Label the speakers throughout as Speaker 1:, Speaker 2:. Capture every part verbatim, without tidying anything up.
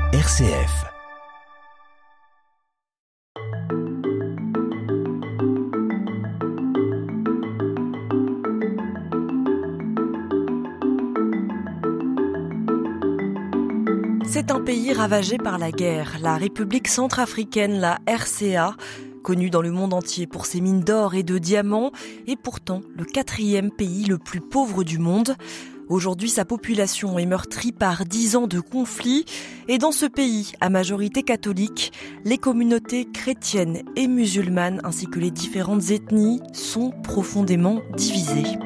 Speaker 1: R C F.
Speaker 2: C'est un pays ravagé par la guerre, la République centrafricaine, la R C A, connue dans le monde entier pour ses mines d'or et de diamants, et pourtant le quatrième pays le plus pauvre du monde. Aujourd'hui, sa population est meurtrie par dix ans de conflits. Et dans ce pays, à majorité catholique, les communautés chrétiennes et musulmanes, ainsi que les différentes ethnies, sont profondément divisées.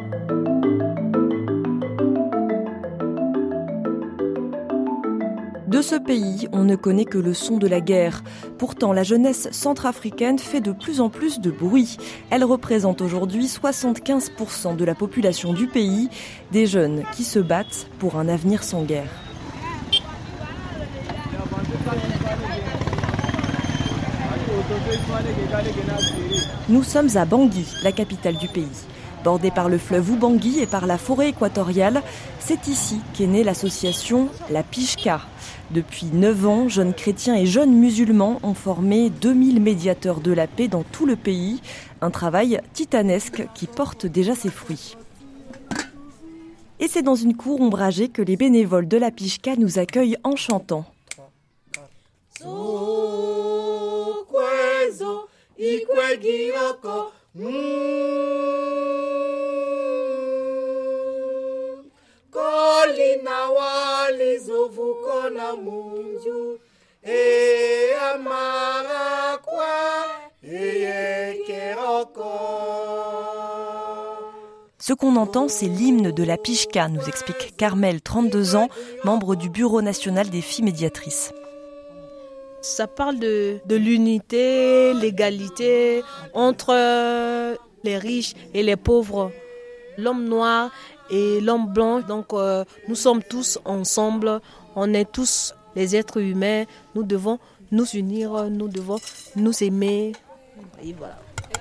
Speaker 2: De ce pays, on ne connaît que le son de la guerre. Pourtant, la jeunesse centrafricaine fait de plus en plus de bruit. Elle représente aujourd'hui soixante-quinze pour cent de la population du pays, des jeunes qui se battent pour un avenir sans guerre. Nous sommes à Bangui, la capitale du pays. Bordée par le fleuve Ubangui et par la forêt équatoriale, c'est ici qu'est née l'association La Pishka. Depuis neuf ans, jeunes chrétiens et jeunes musulmans ont formé deux mille médiateurs de la paix dans tout le pays. Un travail titanesque qui porte déjà ses fruits. Et c'est dans une cour ombragée que les bénévoles de La Pishka nous accueillent en chantant. Ce qu'on entend, c'est l'hymne de la Pishka, nous explique Carmel, trente-deux ans, membre du Bureau national des filles médiatrices.
Speaker 3: Ça parle de, de l'unité, l'égalité entre les riches et les pauvres, l'homme noir et l'homme blanc. Donc euh, nous sommes tous ensemble, on est tous les êtres humains, nous devons nous unir, nous devons nous aimer. Et voilà.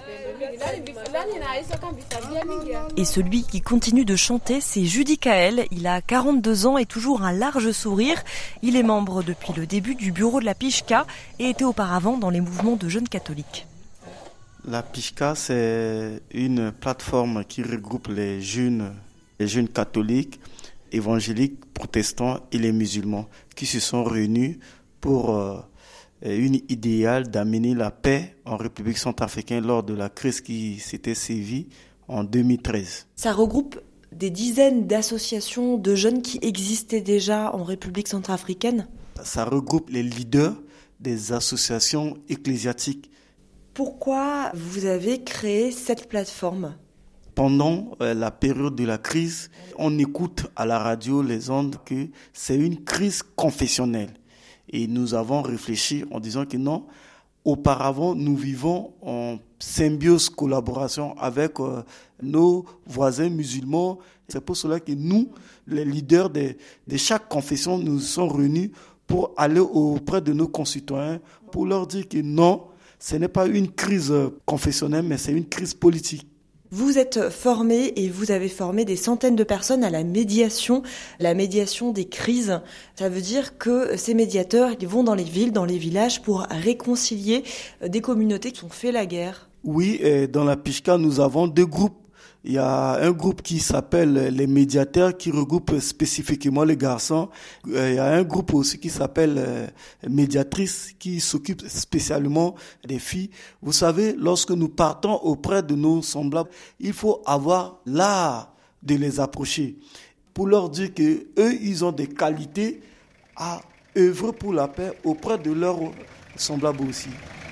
Speaker 2: Et celui qui continue de chanter, c'est Judy Kael. Il a quarante-deux ans et toujours un large sourire. Il est membre depuis le début du bureau de la Pishka et était auparavant dans les mouvements de jeunes catholiques.
Speaker 4: La Pishka, c'est une plateforme qui regroupe les jeunes, les jeunes catholiques, évangéliques, protestants et les musulmans qui se sont réunis pour euh, une idéale d'amener la paix en République centrafricaine lors de la crise qui s'était sévie en deux mille treize.
Speaker 2: Ça regroupe des dizaines d'associations de jeunes qui existaient déjà en République centrafricaine.
Speaker 4: Ça regroupe les leaders des associations ecclésiastiques.
Speaker 2: Pourquoi vous avez créé cette plateforme ?
Speaker 4: Pendant euh, la période de la crise, on écoute à la radio les ondes que c'est une crise confessionnelle. Et nous avons réfléchi en disant que non, auparavant, nous vivons en symbiose, collaboration avec euh, nos voisins musulmans. C'est pour cela que nous, les leaders de, de chaque confession, nous sommes réunis pour aller auprès de nos concitoyens, pour leur dire que non, ce n'est pas une crise confessionnelle, mais c'est une crise politique.
Speaker 2: Vous êtes formé et vous avez formé des centaines de personnes à la médiation, la médiation des crises. Ça veut dire que ces médiateurs, ils vont dans les villes, dans les villages pour réconcilier des communautés qui ont fait la guerre.
Speaker 4: Oui, et dans la Pishka, nous avons deux groupes. Il y a un groupe qui s'appelle les médiateurs, qui regroupe spécifiquement les garçons. Il y a un groupe aussi qui s'appelle médiatrices, qui s'occupe spécialement des filles. Vous savez, lorsque nous partons auprès de nos semblables, il faut avoir l'art de les approcher pour leur dire que eux, ils ont des qualités à œuvrer pour la paix auprès de leurs semblables aussi.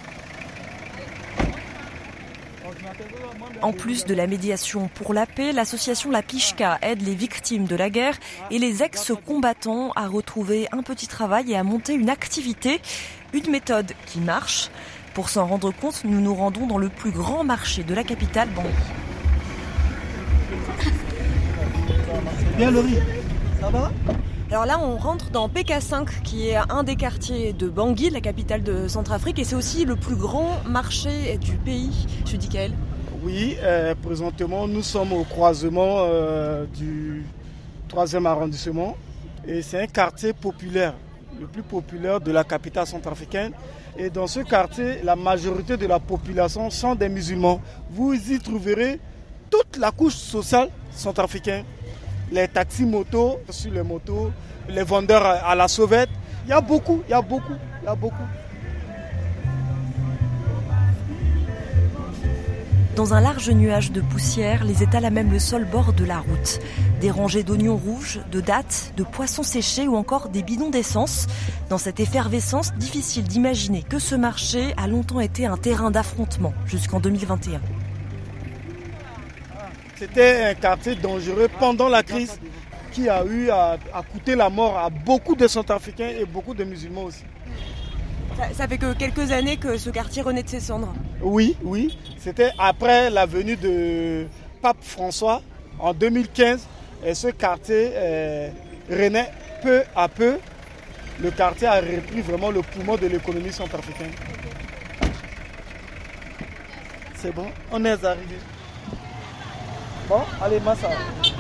Speaker 2: En plus de la médiation pour la paix, l'association La Pishka aide les victimes de la guerre et les ex-combattants à retrouver un petit travail et à monter une activité, une méthode qui marche. Pour s'en rendre compte, nous nous rendons dans le plus grand marché de la capitale, Bangui.
Speaker 5: C'est bien le riz, ça va ?
Speaker 2: Alors là, on rentre dans P K cinq, qui est un des quartiers de Bangui, la capitale de Centrafrique, et c'est aussi le plus grand marché du pays. Judy Kael.
Speaker 5: Oui, euh, présentement, nous sommes au croisement euh, du troisième arrondissement et c'est un quartier populaire le plus populaire de la capitale centrafricaine. Et dans ce quartier, la majorité de la population sont des musulmans. Vous y trouverez toute la couche sociale centrafricaine. Les taxis-motos sur les motos, les vendeurs à la sauvette. Il y a beaucoup, il y a beaucoup, il y a beaucoup.
Speaker 2: Dans un large nuage de poussière, les étals à même le sol bordent la route. Des rangées d'oignons rouges, de dattes, de poissons séchés ou encore des bidons d'essence. Dans cette effervescence, difficile d'imaginer que ce marché a longtemps été un terrain d'affrontement jusqu'en deux mille vingt et un.
Speaker 5: C'était un quartier dangereux pendant la crise qui a eu à, à coûter la mort à beaucoup de Centrafricains et beaucoup de musulmans aussi.
Speaker 2: Ça, ça fait que quelques années que ce quartier renaît de ses cendres.
Speaker 5: Oui, oui. C'était après la venue de Pape François en deux mille quinze. Et ce quartier euh, renaît peu à peu. Le quartier a repris vraiment le poumon de l'économie centrafricaine. C'est bon, on est arrivé. Bon, allez, Massa.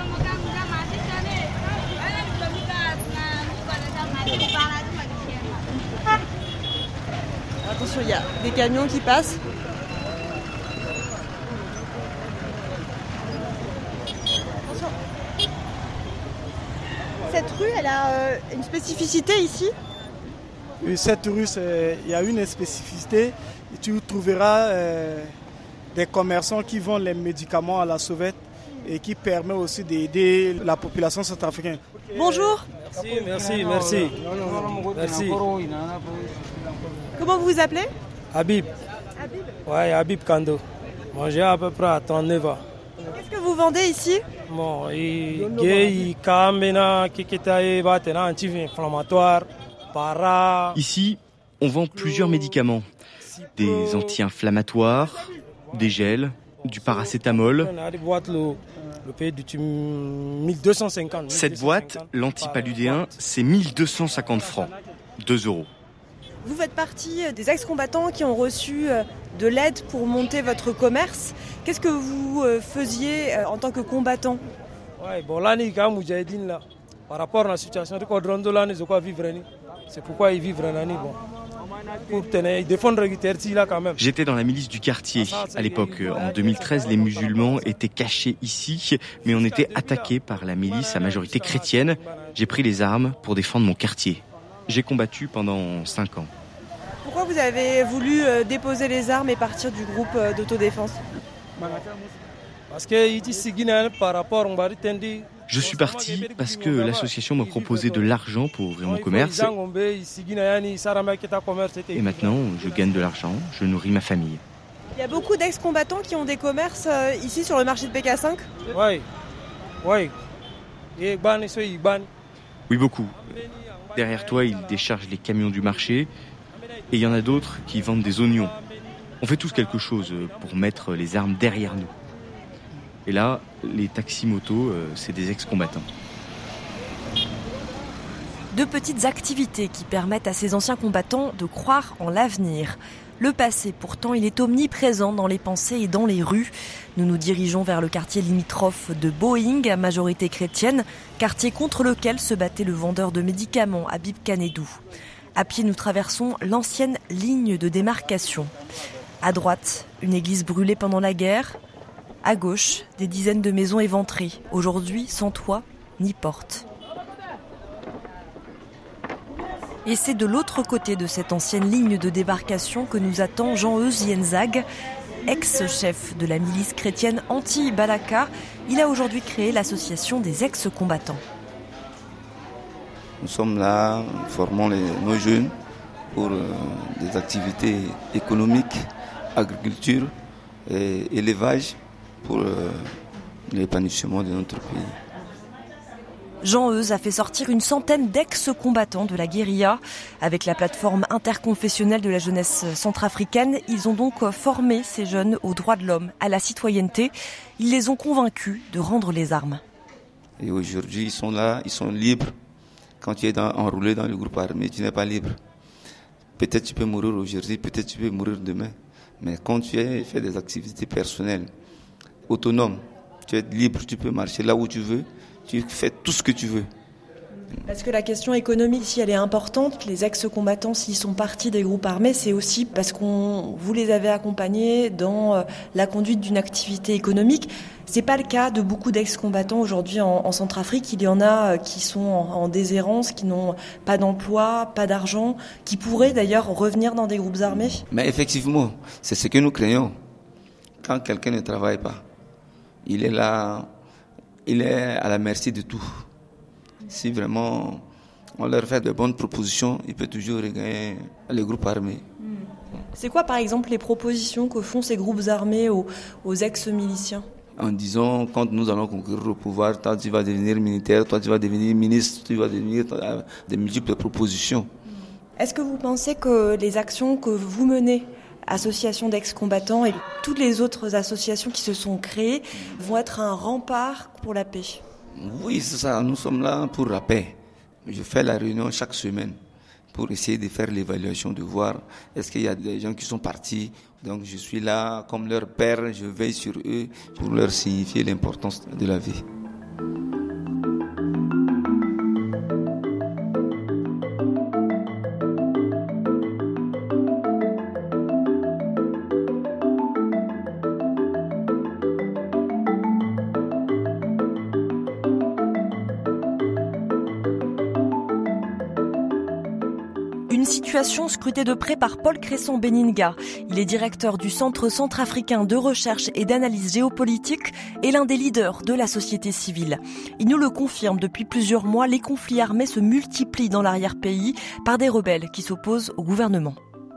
Speaker 2: Attention, il y a des camions qui passent. Attention. Cette rue, elle a euh, une spécificité ici ?
Speaker 5: Oui, cette rue, il y a une spécificité. Tu trouveras euh, des commerçants qui vendent les médicaments à la sauvette et qui permet aussi d'aider la population centrafricaine.
Speaker 2: Bonjour.
Speaker 1: Merci, merci, merci. Merci.
Speaker 2: Comment vous vous appelez ?
Speaker 1: Habib.
Speaker 2: Habib.
Speaker 1: Ouais, Habib Kando. Moi, j'ai à peu près à trente-neuf ans.
Speaker 2: Qu'est-ce que vous vendez ici ?
Speaker 1: Bon, il y a des anti-inflammatoires, para.
Speaker 6: Ici, on vend plusieurs médicaments. Des anti-inflammatoires, des gels, du paracétamol. Cette boîte, l'antipaludéen, c'est mille deux cent cinquante francs, deux euros.
Speaker 2: Vous faites partie des ex-combattants qui ont reçu de l'aide pour monter votre commerce. Qu'est-ce que vous faisiez en tant que combattant ?
Speaker 1: Ouais, bon, là, là, par rapport à la situation, c'est pourquoi ils vivent en bon. Pour tenir, défendre là quand même.
Speaker 6: J'étais dans la milice du quartier. À l'époque, en deux mille treize, les musulmans étaient cachés ici, mais on était attaqués par la milice à majorité chrétienne. J'ai pris les armes pour défendre mon quartier. J'ai combattu pendant cinq ans.
Speaker 2: Pourquoi vous avez voulu déposer les armes et partir du groupe d'autodéfense ?
Speaker 1: Parce que par rapport à
Speaker 6: je suis parti parce que l'association m'a proposé de l'argent pour ouvrir mon commerce. Et maintenant, je gagne de l'argent, je nourris ma famille.
Speaker 2: Il y a beaucoup d'ex-combattants qui ont des commerces ici sur le marché de P K cinq ?
Speaker 1: Oui, oui.
Speaker 6: Oui, beaucoup. Derrière toi, ils déchargent les camions du marché. Et il y en a d'autres qui vendent des oignons. On fait tous quelque chose pour mettre les armes derrière nous. Et là, les taxis-motos, euh, c'est des ex-combattants.
Speaker 2: Deux petites activités qui permettent à ces anciens combattants de croire en l'avenir. Le passé, pourtant, il est omniprésent dans les pensées et dans les rues. Nous nous dirigeons vers le quartier limitrophe de Boeing, à majorité chrétienne, quartier contre lequel se battait le vendeur de médicaments Habib Kanedou. À pied, nous traversons l'ancienne ligne de démarcation. À droite, une église brûlée pendant la guerre. À gauche, des dizaines de maisons éventrées, aujourd'hui sans toit ni porte. Et c'est de l'autre côté de cette ancienne ligne de débarcation que nous attend Jean-Euse Yenzag, ex-chef de la milice chrétienne anti-Balaka. Il a aujourd'hui créé l'association des ex-combattants.
Speaker 7: Nous sommes là, nous formons les, nos jeunes pour euh, des activités économiques, agriculture et élevage, pour euh, l'épanouissement de notre pays.
Speaker 2: Jean-Euse a fait sortir une centaine d'ex-combattants de la guérilla. Avec la plateforme interconfessionnelle de la jeunesse centrafricaine, ils ont donc formé ces jeunes aux droits de l'homme, à la citoyenneté. Ils les ont convaincus de rendre les armes.
Speaker 7: Et aujourd'hui, ils sont là, ils sont libres. Quand tu es dans, enroulé dans le groupe armé, tu n'es pas libre. Peut-être tu peux mourir aujourd'hui, peut-être tu peux mourir demain. Mais quand tu es, fais des activités personnelles, autonome, tu es libre, tu peux marcher là où tu veux, tu fais tout ce que tu veux.
Speaker 2: Parce que la question économique, si elle est importante, les ex-combattants, s'ils sont partis des groupes armés, c'est aussi parce qu'on vous les avez accompagnés dans la conduite d'une activité économique. C'est pas le cas de beaucoup d'ex-combattants aujourd'hui en, en Centrafrique. Il y en a qui sont en, en déshérence, qui n'ont pas d'emploi, pas d'argent, qui pourraient d'ailleurs revenir dans des groupes armés.
Speaker 7: Mais effectivement, c'est ce que nous craignons. Quand quelqu'un ne travaille pas, il est là, il est à la merci de tout. Si vraiment on leur fait de bonnes propositions, il peut toujours regagner les groupes armés.
Speaker 2: C'est quoi par exemple les propositions que font ces groupes armés aux, aux ex-miliciens ?
Speaker 7: En disant, quand nous allons concourir au pouvoir, toi tu vas devenir militaire, toi tu vas devenir ministre, tu vas devenir des multiples propositions.
Speaker 2: Est-ce que vous pensez que les actions que vous menez, associations d'ex-combattants et toutes les autres associations qui se sont créées, vont être un rempart pour la paix ?
Speaker 7: Oui, c'est ça. Nous sommes là pour la paix. Je fais la réunion chaque semaine pour essayer de faire l'évaluation, de voir est-ce qu'il y a des gens qui sont partis. Donc je suis là comme leur père, je veille sur eux pour leur signifier l'importance de la vie.
Speaker 2: Une situation scrutée de près par Paul Cresson-Beninga. Il est directeur du Centre centrafricain de recherche et d'analyse géopolitique et l'un des leaders de la société civile. Il nous le confirme, depuis plusieurs mois, les conflits armés se multiplient dans l'arrière-pays par des rebelles qui s'opposent au gouvernement.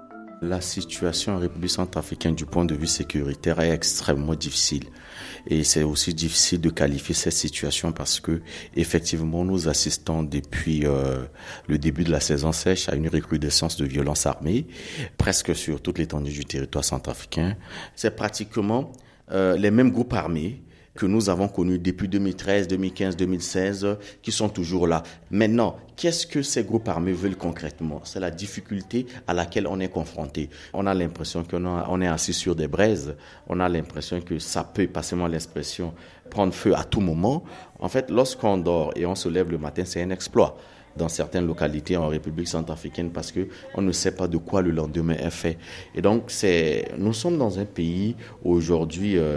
Speaker 8: La situation en République centrafricaine du point de vue sécuritaire est extrêmement difficile. Et c'est aussi difficile de qualifier cette situation parce que, effectivement, nous assistons depuis euh, le début de la saison sèche à une recrudescence de violences armées, presque sur toute l'étendue du territoire centrafricain. C'est pratiquement euh, les mêmes groupes armés que nous avons connus depuis deux mille treize, deux mille quinze, deux mille seize, qui sont toujours là. Maintenant, qu'est-ce que ces groupes armés veulent concrètement ? C'est la difficulté à laquelle on est confronté. On a l'impression qu'on a, on est assis sur des braises. On a l'impression que ça peut, passez-moi l'expression, prendre feu à tout moment. En fait, lorsqu'on dort et on se lève le matin, c'est un exploit dans certaines localités en République centrafricaine parce que on ne sait pas de quoi le lendemain est fait. Et donc, c'est, nous sommes dans un pays aujourd'hui euh,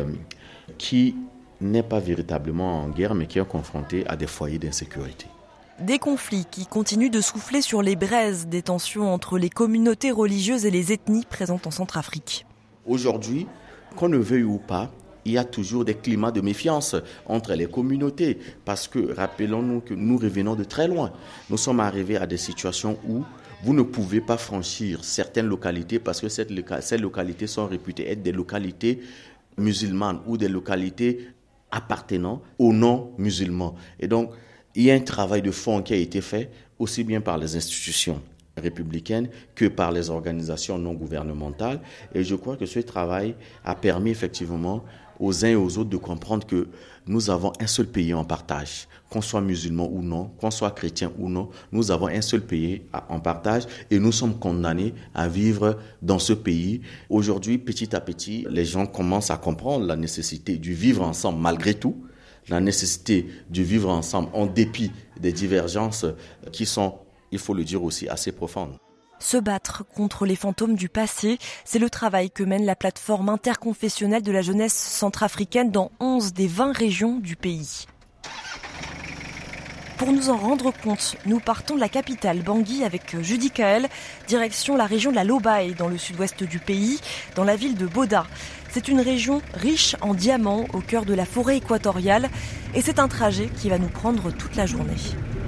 Speaker 8: qui n'est pas véritablement en guerre, mais qui est confronté à des foyers d'insécurité.
Speaker 2: Des conflits qui continuent de souffler sur les braises des tensions entre les communautés religieuses et les ethnies présentes en Centrafrique.
Speaker 8: Aujourd'hui, qu'on ne veuille ou pas, il y a toujours des climats de méfiance entre les communautés. Parce que, rappelons-nous que nous revenons de très loin. Nous sommes arrivés à des situations où vous ne pouvez pas franchir certaines localités parce que cette, ces localités sont réputées être des localités musulmanes ou des localités appartenant aux non-musulmans. Et donc, il y a un travail de fond qui a été fait aussi bien par les institutions républicaines que par les organisations non gouvernementales. Et je crois que ce travail a permis effectivement aux uns et aux autres de comprendre que nous avons un seul pays en partage. Qu'on soit musulman ou non, qu'on soit chrétien ou non, nous avons un seul pays en partage et nous sommes condamnés à vivre dans ce pays. Aujourd'hui, petit à petit, les gens commencent à comprendre la nécessité du vivre ensemble malgré tout, la nécessité du vivre ensemble en dépit des divergences qui sont, il faut le dire aussi, assez profondes.
Speaker 2: Se battre contre les fantômes du passé, c'est le travail que mène la plateforme interconfessionnelle de la jeunesse centrafricaine dans onze des vingt régions du pays. Pour nous en rendre compte, nous partons de la capitale Bangui avec Judy Kael, direction la région de la Lobaye dans le sud-ouest du pays, dans la ville de Boda. C'est une région riche en diamants au cœur de la forêt équatoriale et c'est un trajet qui va nous prendre toute la journée.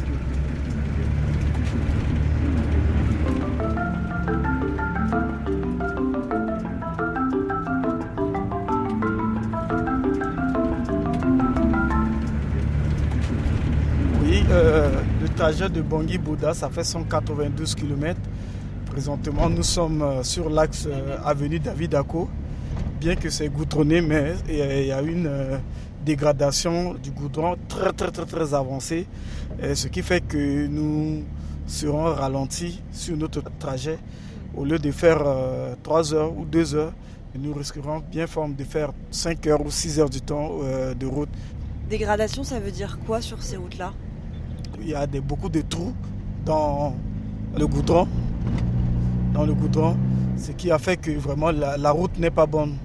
Speaker 5: Euh, le trajet de Bangui-Boda, ça fait cent quatre-vingt-douze kilomètres. Présentement, nous sommes sur l'axe euh, avenue David Dako. Bien que c'est goudronné, mais il y a une euh, dégradation du goudron très très très très avancée. Et ce qui fait que nous serons ralentis sur notre trajet. Au lieu de faire euh, trois heures ou deux heures, nous risquerons bien fort de faire cinq heures ou six heures du temps euh, de route.
Speaker 2: Dégradation, ça veut dire quoi sur ces routes-là ?
Speaker 5: Il y a des, beaucoup de trous dans le goudron, dans le goudron, ce qui a fait que vraiment la, la route n'est pas bonne.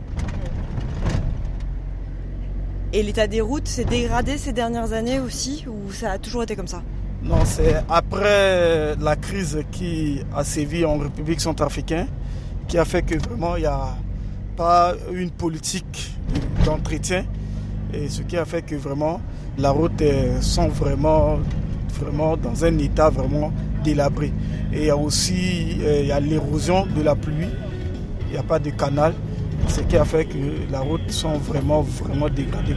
Speaker 2: Et l'état des routes s'est dégradé ces dernières années aussi, ou ça a toujours été comme ça ?
Speaker 5: Non, c'est après la crise qui a sévi en République centrafricaine qui a fait que vraiment il n'y a pas une politique d'entretien, et ce qui a fait que vraiment la route est sont vraiment, vraiment dans un état vraiment délabré. Et il y a aussi il y a l'érosion de la pluie, il n'y a pas de canal, ce qui a fait que la route sont vraiment, vraiment dégradées.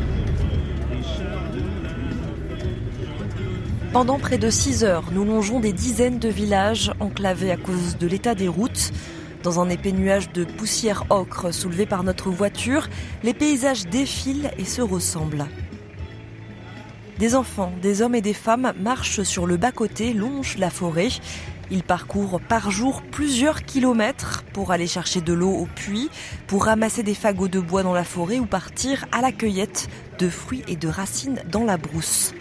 Speaker 2: Pendant près de six heures, nous longeons des dizaines de villages enclavés à cause de l'état des routes. Dans un épais nuage de poussière ocre soulevé par notre voiture, les paysages défilent et se ressemblent. Des enfants, des hommes et des femmes marchent sur le bas-côté, longent la forêt. Ils parcourent par jour plusieurs kilomètres pour aller chercher de l'eau au puits, pour ramasser des fagots de bois dans la forêt ou partir à la cueillette de fruits et de racines dans la brousse.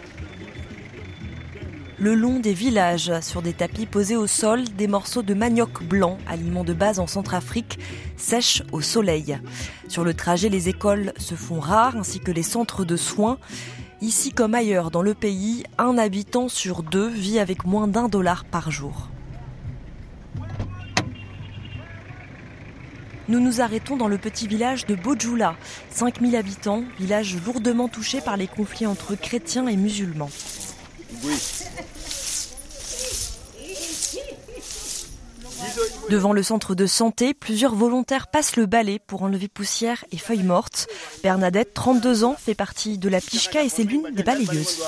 Speaker 2: Le long des villages, sur des tapis posés au sol, des morceaux de manioc blanc, aliment de base en Centrafrique, sèchent au soleil. Sur le trajet, les écoles se font rares, ainsi que les centres de soins. Ici comme ailleurs dans le pays, un habitant sur deux vit avec moins d'un dollar par jour. Nous nous arrêtons dans le petit village de Bodjoula, cinq mille habitants, village lourdement touché par les conflits entre chrétiens et musulmans. Oui. Devant le centre de santé, plusieurs volontaires passent le balai pour enlever poussière et feuilles mortes. Bernadette, trente-deux ans, fait partie de la Pishka et c'est l'une des balayeuses.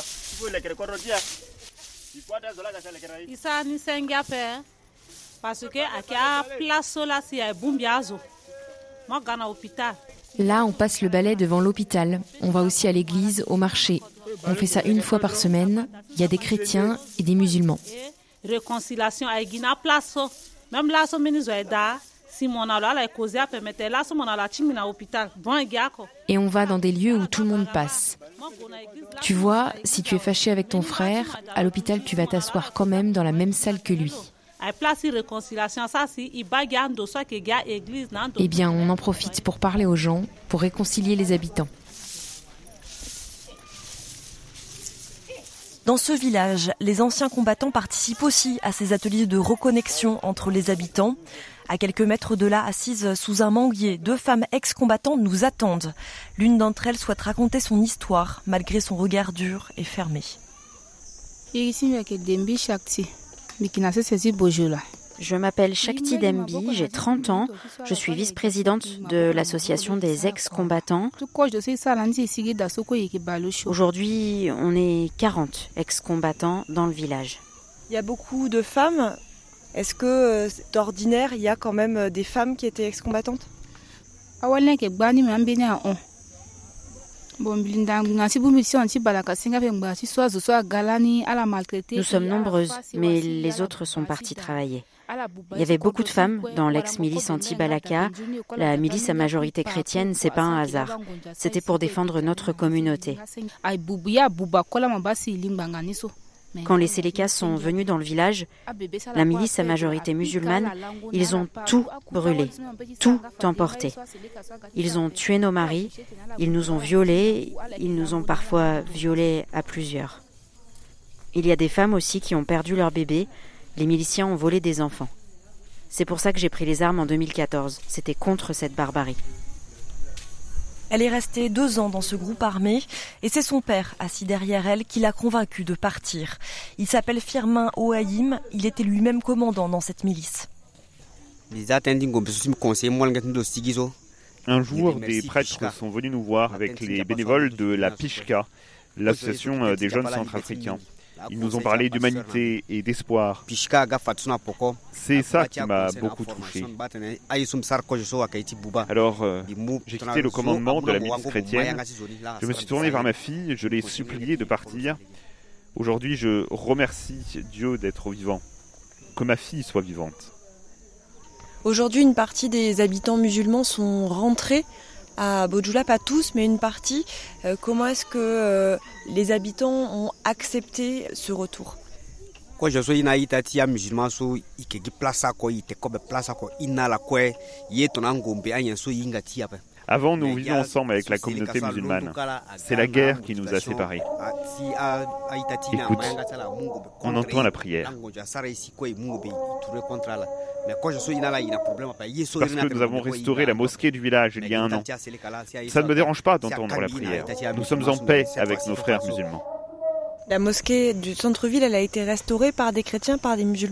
Speaker 9: Là, on passe le balai devant l'hôpital. On va aussi à l'église, au marché. On fait ça une fois par semaine. Il y a des chrétiens et des musulmans.
Speaker 10: Réconciliation à Guinée place. Même là, ce ministre est si mon ala la causé a permettre là, ce mon ala chimina hôpital. Bon gars.
Speaker 9: Et on va dans des lieux où tout le monde passe. Tu vois, si tu es fâché avec ton frère, à l'hôpital, tu vas t'asseoir quand même dans la même salle que lui. Eh bien, on en profite pour parler aux gens, pour réconcilier les habitants.
Speaker 2: Dans ce village, les anciens combattants participent aussi à ces ateliers de reconnexion entre les habitants. À quelques mètres de là, assises sous un manguier, deux femmes ex-combattantes nous attendent. L'une d'entre elles souhaite raconter son histoire, malgré son regard dur et fermé.
Speaker 11: Je m'appelle Shakti Dembi, j'ai trente ans, je suis vice-présidente de l'association des ex-combattants. Aujourd'hui, on est quarante ex-combattants dans le village.
Speaker 2: Il y a beaucoup de femmes. Est-ce que d'ordinaire, il y a quand même des femmes qui étaient ex-combattantes ?
Speaker 11: Nous sommes nombreuses, mais les autres sont parties travailler. Il y avait beaucoup de femmes dans l'ex-milice anti-Balaka. La milice à majorité chrétienne, c'est pas un hasard. C'était pour défendre notre communauté. Quand les Sélékas sont venus dans le village, la milice à majorité musulmane, ils ont tout brûlé, tout emporté. Ils ont tué nos maris, ils nous ont violés, ils nous ont parfois violés à plusieurs. Il y a des femmes aussi qui ont perdu leur bébé, les miliciens ont volé des enfants. C'est pour ça que j'ai pris les armes en deux mille quatorze, c'était contre cette barbarie.
Speaker 2: Elle est restée deux ans dans ce groupe armé et c'est son père, assis derrière elle, qui l'a convaincue de partir. Il s'appelle Firmin Ohaïm, il était lui-même commandant dans cette milice.
Speaker 12: Un jour, des prêtres sont venus nous voir avec les bénévoles de la Pishka, l'association des jeunes centrafricains. Ils nous ont parlé d'humanité et d'espoir. C'est ça qui m'a beaucoup touché. Alors, euh, j'ai quitté le commandement de la milice chrétienne. Je me suis tourné vers ma fille, je l'ai supplié de partir. Aujourd'hui, je remercie Dieu d'être vivant, que ma fille soit vivante.
Speaker 2: Aujourd'hui, une partie des habitants musulmans sont rentrés À Bojula, pas tous, mais une partie. Euh, comment est-ce que euh, les habitants ont accepté ce retour ?
Speaker 13: Quand je suis na itati ya musulman so ikegi place ko ite ko be place ko inala ko yetona ngombe anyenso yingati apa.
Speaker 12: Avant, nous vivions ensemble avec la communauté musulmane. C'est la guerre qui nous a séparés. Écoute, on entend la prière. Parce que nous avons restauré la mosquée du village il y a un an. Ça ne me dérange pas d'entendre la prière. Nous sommes en paix avec nos frères musulmans.
Speaker 2: La mosquée du centre-ville, elle a été restaurée par des chrétiens, par des musulmans ?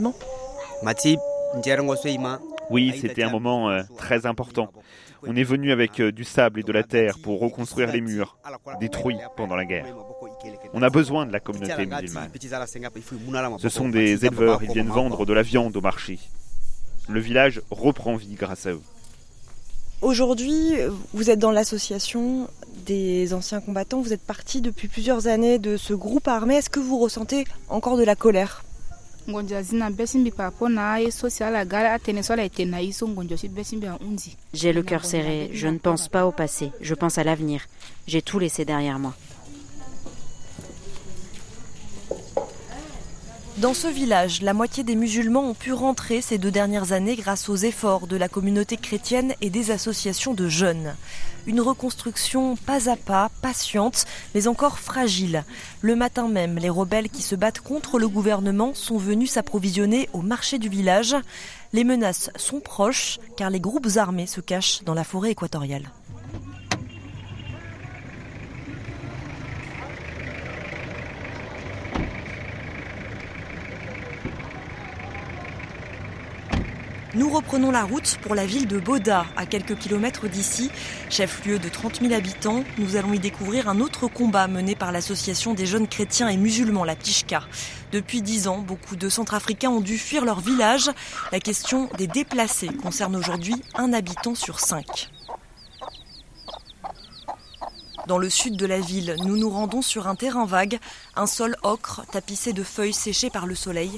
Speaker 12: Oui, c'était un moment euh, très important. On est venu avec euh, du sable et de la terre pour reconstruire les murs, détruits pendant la guerre. On a besoin de la communauté musulmane. Ce sont des éleveurs, ils viennent vendre de la viande au marché. Le village reprend vie grâce à eux.
Speaker 2: Aujourd'hui, vous êtes dans l'association des anciens combattants, vous êtes partis depuis plusieurs années de ce groupe armé. Est-ce que vous ressentez encore de la colère ?
Speaker 11: J'ai le cœur serré, je ne pense pas au passé, je pense à l'avenir. J'ai tout laissé derrière moi.
Speaker 2: Dans ce village, la moitié des musulmans ont pu rentrer ces deux dernières années grâce aux efforts de la communauté chrétienne et des associations de jeunes. Une reconstruction pas à pas, patiente, mais encore fragile. Le matin même, les rebelles qui se battent contre le gouvernement sont venus s'approvisionner au marché du village. Les menaces sont proches, car les groupes armés se cachent dans la forêt équatoriale. Nous reprenons la route pour la ville de Boda, à quelques kilomètres d'ici. Chef-lieu de trente mille habitants, nous allons y découvrir un autre combat mené par l'association des jeunes chrétiens et musulmans, la Pishka. Depuis dix ans, beaucoup de Centrafricains ont dû fuir leur village. La question des déplacés concerne aujourd'hui un habitant sur cinq. Dans le sud de la ville, nous nous rendons sur un terrain vague, un sol ocre tapissé de feuilles séchées par le soleil.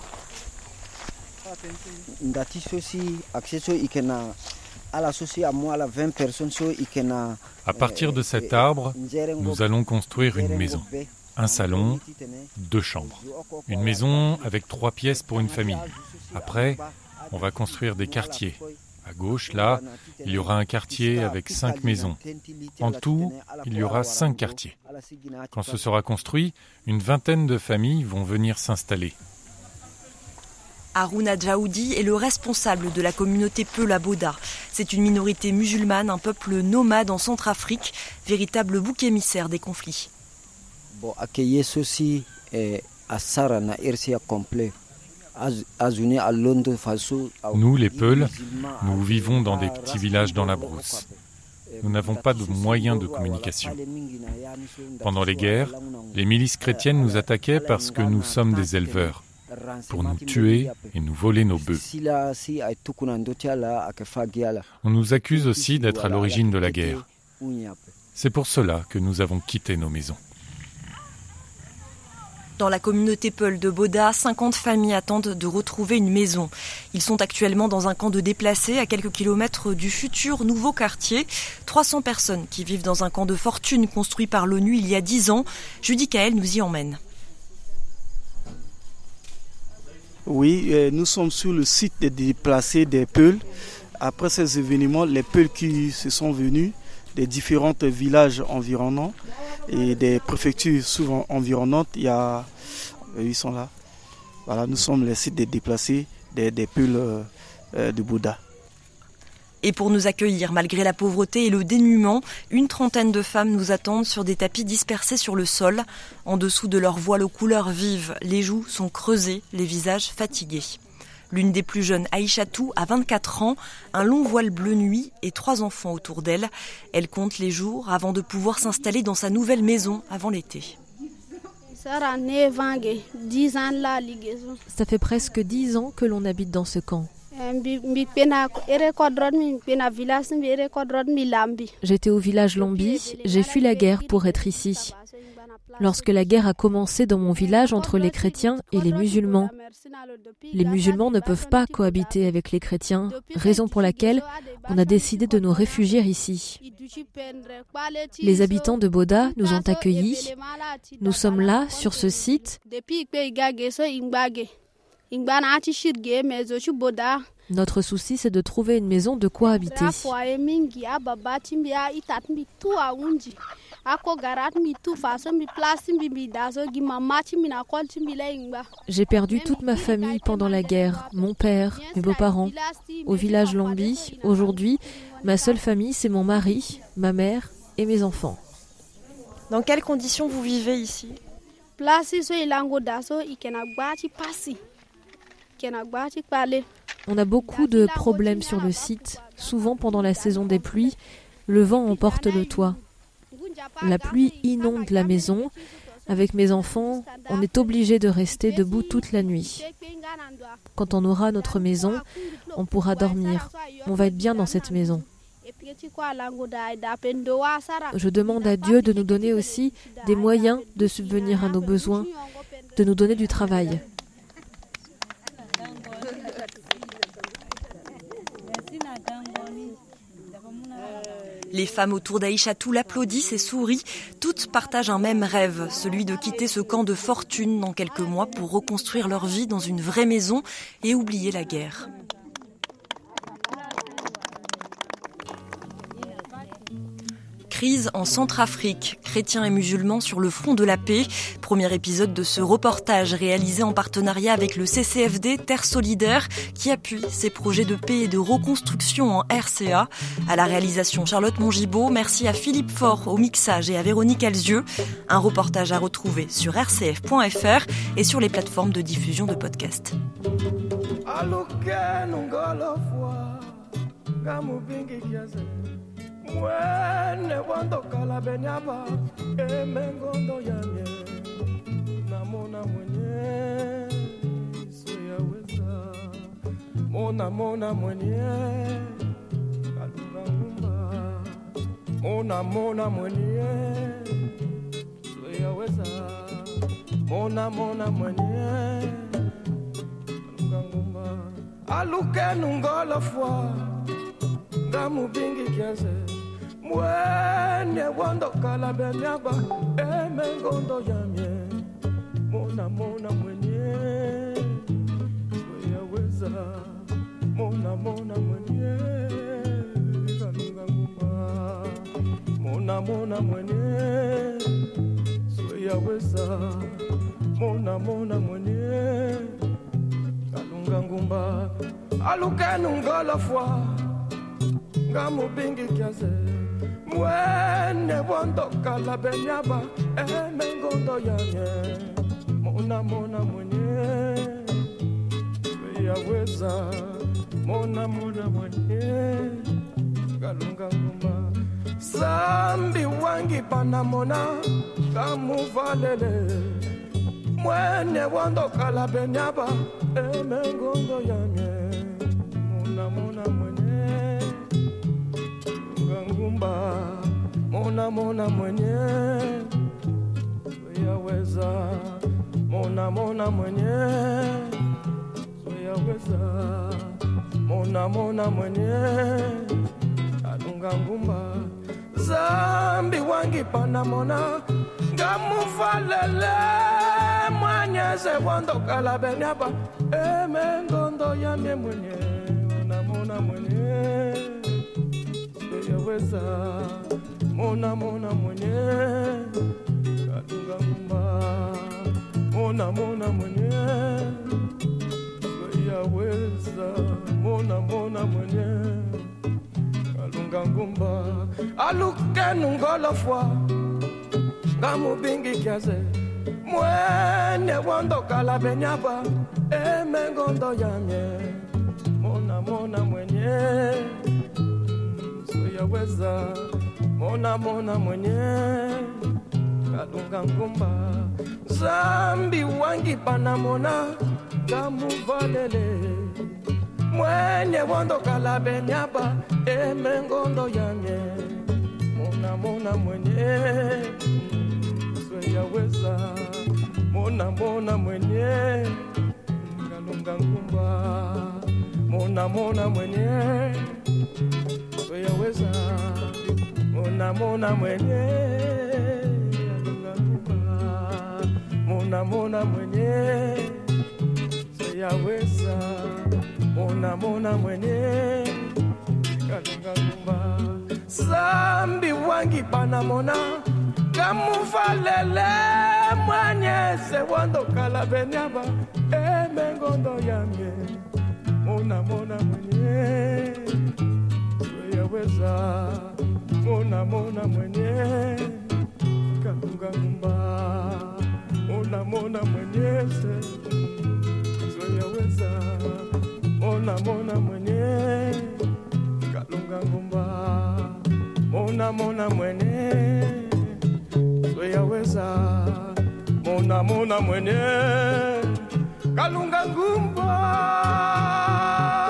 Speaker 14: À partir de cet arbre, nous allons construire une maison. Un salon, deux chambres. Une maison avec trois pièces pour une famille. Après, on va construire des quartiers. À gauche, là, il y aura un quartier avec cinq maisons. En tout, il y aura cinq quartiers. Quand ce sera construit, une vingtaine de familles vont venir s'installer.
Speaker 2: Harouna Djaoudi est le responsable de la communauté Peul à Boda. C'est une minorité musulmane, un peuple nomade en Centrafrique, véritable bouc émissaire des conflits.
Speaker 14: Nous, les Peuls, nous vivons dans des petits villages dans la brousse. Nous n'avons pas de moyens de communication. Pendant les guerres, les milices chrétiennes nous attaquaient parce que nous sommes des éleveurs, pour nous tuer et nous voler nos bœufs. On nous accuse aussi d'être à l'origine de la guerre. C'est pour cela que nous avons quitté nos maisons.
Speaker 2: Dans la communauté Peul de Boda, cinquante familles attendent de retrouver une maison. Ils sont actuellement dans un camp de déplacés à quelques kilomètres du futur nouveau quartier. trois cents personnes qui vivent dans un camp de fortune construit par l'ONU il y a dix ans. Judy Kael nous y emmène.
Speaker 5: Oui, euh, nous sommes sur le site des déplacés des Peuls. Après ces événements, les Peuls qui se sont venus des différents villages environnants et des préfectures souvent environnantes, il y a, ils sont là. Voilà, nous sommes les sites des déplacés des, des Peuls euh, de Boda.
Speaker 2: Et pour nous accueillir, malgré la pauvreté et le dénuement, une trentaine de femmes nous attendent sur des tapis dispersés sur le sol. En dessous de leurs voiles aux couleurs vives, les joues sont creusées, les visages fatigués. L'une des plus jeunes, Aïchatou, a vingt-quatre ans, un long voile bleu nuit et trois enfants autour d'elle. Elle compte les jours avant de pouvoir s'installer dans sa nouvelle maison avant l'été.
Speaker 15: Ça fait presque dix ans que l'on habite dans ce camp. J'étais au village Lambi, j'ai fui la guerre pour être ici. lorsque la guerre a commencé dans mon village entre les chrétiens et les musulmans. Les musulmans ne peuvent pas cohabiter avec les chrétiens, raison pour laquelle on a décidé de nous réfugier ici. Les habitants de Boda nous ont accueillis. Nous sommes là, sur ce site. Notre souci, c'est de trouver une maison de quoi habiter. J'ai perdu toute ma famille pendant la guerre, mon père, mes beaux-parents. Au village Lambi, aujourd'hui, ma seule famille, c'est mon mari, ma mère et mes enfants.
Speaker 2: Dans quelles conditions vous vivez ici ?
Speaker 15: On a beaucoup de problèmes sur le site. Souvent pendant la saison des pluies, le vent emporte le toit. La pluie inonde la maison. Avec mes enfants, on est obligé de rester debout toute la nuit. Quand on aura notre maison, on pourra dormir. On va être bien dans cette maison. Je demande à Dieu de nous donner aussi des moyens de subvenir à nos besoins, de nous donner du travail.
Speaker 2: Les femmes autour d'Aïchatou l'applaudissent et sourient. Toutes partagent un même rêve, celui de quitter ce camp de fortune dans quelques mois pour reconstruire leur vie dans une vraie maison et oublier la guerre. Crise en Centrafrique, chrétiens et musulmans sur le front de la paix. Premier épisode de ce reportage réalisé en partenariat avec le C C F D Terre Solidaire qui appuie ces projets de paix et de reconstruction en R C A. À la réalisation Charlotte Mongibaud, merci à Philippe Faure au mixage et à Véronique Alzieux. Un reportage à retrouver sur r c f point f r et sur les plateformes de diffusion de podcasts.
Speaker 1: Mwene wandoka benyaba emengondo yanye namona mwenye siyaweza mona mona mwenye kalungangumba mona mona mwenye siyaweza mona mona mwenye kalungangumba aluke nungolo fwa ngamu bingi kiase mwene wandoka la benyaba emengondo yamye mona mona mwenye siyaweza mona mona mwenye kalunga ngumba mona mona mwenye siyaweza mona mona mwenye kalunga ngumba alukenu ngolo fwa ngamu bingi kiase mwene wandoka la benyaba emengondo yanye mona mona mwenye siyaweza mona mona mwenye kalunga ngumba sambi wangi panamona kamuvalele mwene wandoka la benyaba emengondo yanye mona mona mwenye ngumba mona mona mwenye siyaweza mona mona mwenye siyaweza mona mona mwenye alunga ngumba zambi wangi panamona ngamufalele mwanyeze wandoka la benyaba emengondo yamye mwenye mona mona mwenye siyaweza mona mona mwenye kalunga ngumba mona mona mwenye siyaweza mona mona mwenye kalunga ngumba alukenu ngolo fwa ngamubingi kiase mwene wandoka la benyaba emengondo yamye mona mona mwenye siyaweza mona mona mwenye kalunga ngumba zambi wangi panamona kamuvalele mwenye wandoka la benyaba emengondo yamye mona mona mwenye sweyaweza mona mona mwenye kalunga ngumba mona mona mwenye sweyaweza mona mona mwenye kalunga ngumba mona mona mwenye sweyaweza mona mona mwenye kalunga ngumba zambi wangi panamona kamufalele mwenye sewondo kalabenyaba emengondo yamye mona mona mwenye sweyaweza mona mona mwenye kalunga ngumba mona mona mwenye sweyaweza mona mona mwenye kalunga ngumba mona mona mwenye sweyaweza mona mona mwenye kalunga ngumba.